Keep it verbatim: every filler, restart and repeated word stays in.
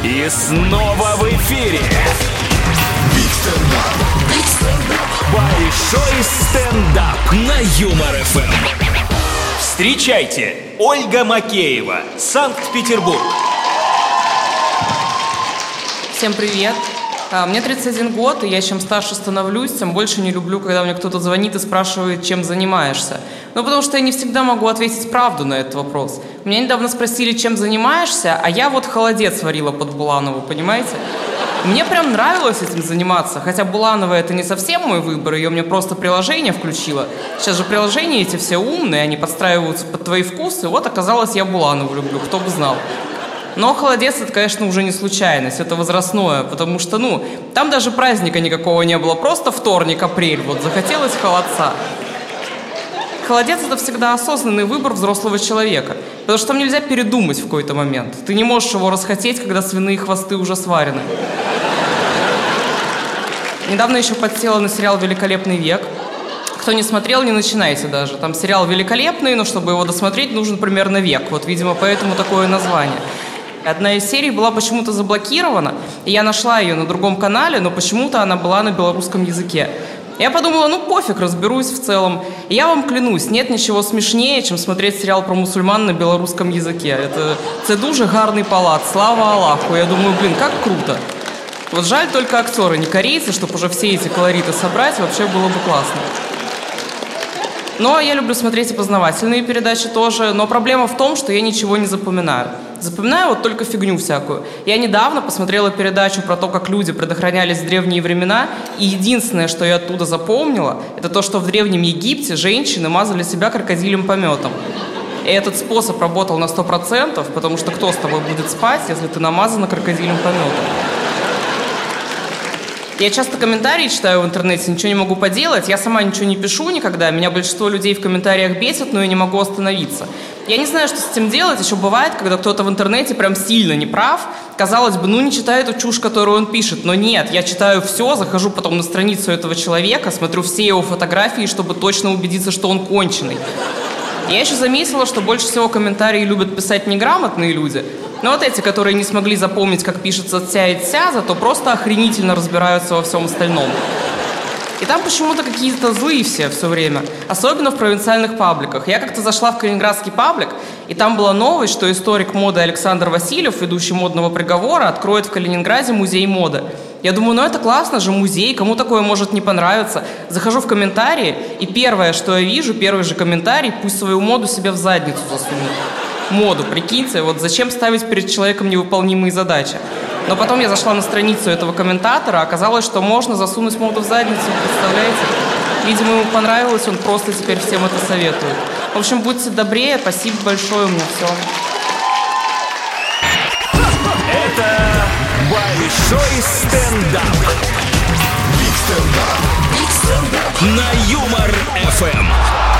И снова в эфире большой стендап на Юмор эф эм. Встречайте, Ольга Макеева, Санкт-Петербург. Всем привет. Мне тридцать один год, и я чем старше становлюсь, тем больше не люблю, когда мне кто-то звонит и спрашивает, чем занимаешься. Ну, потому что я не всегда могу ответить правду на этот вопрос. Меня недавно спросили, чем занимаешься, а я вот холодец варила под Буланову, понимаете? Мне прям нравилось этим заниматься, хотя Буланова это не совсем мой выбор, ее мне просто приложение включило. Сейчас же приложения эти все умные, они подстраиваются под твои вкусы, вот оказалось, я Буланову люблю, кто бы знал. Но холодец это, конечно, уже не случайность, это возрастное, потому что, ну, там даже праздника никакого не было, просто вторник, апрель, вот захотелось холодца. Холодец это всегда осознанный выбор взрослого человека, потому что там нельзя передумать в какой-то момент. Ты не можешь его расхотеть, когда свиные хвосты уже сварены. Недавно еще подсела на сериал «Великолепный век». Кто не смотрел, не начинайте даже. Там сериал великолепный, но чтобы его досмотреть, нужен примерно век. Вот, видимо, поэтому такое название. Одна из серий была почему-то заблокирована, и я нашла ее на другом канале, но почему-то она была на белорусском языке. Я подумала, ну пофиг, разберусь в целом. И я вам клянусь, нет ничего смешнее, чем смотреть сериал про мусульман на белорусском языке. Это «Це дуже гарний палац, слава Аллаху». Я думаю, блин, как круто. Вот жаль только актеры не корейцы, чтобы уже все эти колориты собрать, вообще было бы классно. Но я люблю смотреть и познавательные передачи тоже, но проблема в том, что я ничего не запоминаю. Запоминаю вот только фигню всякую. Я недавно посмотрела передачу про то, как люди предохранялись в древние времена, и единственное, что я оттуда запомнила, это то, что в Древнем Египте женщины мазали себя крокодилем пометом. И этот способ работал на сто процентов, потому что кто с тобой будет спать, если ты намазана крокодилем пометом? Я часто комментарии читаю в интернете, ничего не могу поделать. Я сама ничего не пишу никогда. Меня большинство людей в комментариях бесит, но я не могу остановиться. Я не знаю, что с этим делать. Еще бывает, когда кто-то в интернете прям сильно неправ. Казалось бы, ну не читаю эту чушь, которую он пишет. Но нет, я читаю все, захожу потом на страницу этого человека, смотрю все его фотографии, чтобы точно убедиться, что он конченый. Я еще заметила, что больше всего комментарии любят писать неграмотные люди. Но вот эти, которые не смогли запомнить, как пишется «ця» и «ця», зато просто охренительно разбираются во всем остальном. И там почему-то какие-то злые все все время, особенно в провинциальных пабликах. Я как-то зашла в калининградский паблик, и там была новость, что историк моды Александр Васильев, ведущий модного приговора, откроет в Калининграде музей моды. Я думаю, ну это классно же, музей, кому такое может не понравиться. Захожу в комментарии, и первое, что я вижу, первый же комментарий, пусть свою моду себе в задницу засунут. Моду, прикиньте, вот зачем ставить перед человеком невыполнимые задачи? Но потом я зашла на страницу этого комментатора, оказалось, что можно засунуть моду в задницу, представляете? Видимо, ему понравилось, он просто теперь всем это советует. В общем, будьте добрее, спасибо большое, у меня все. Это большой стендап. Биг стендап. Биг стендап. На Юмор эф эм.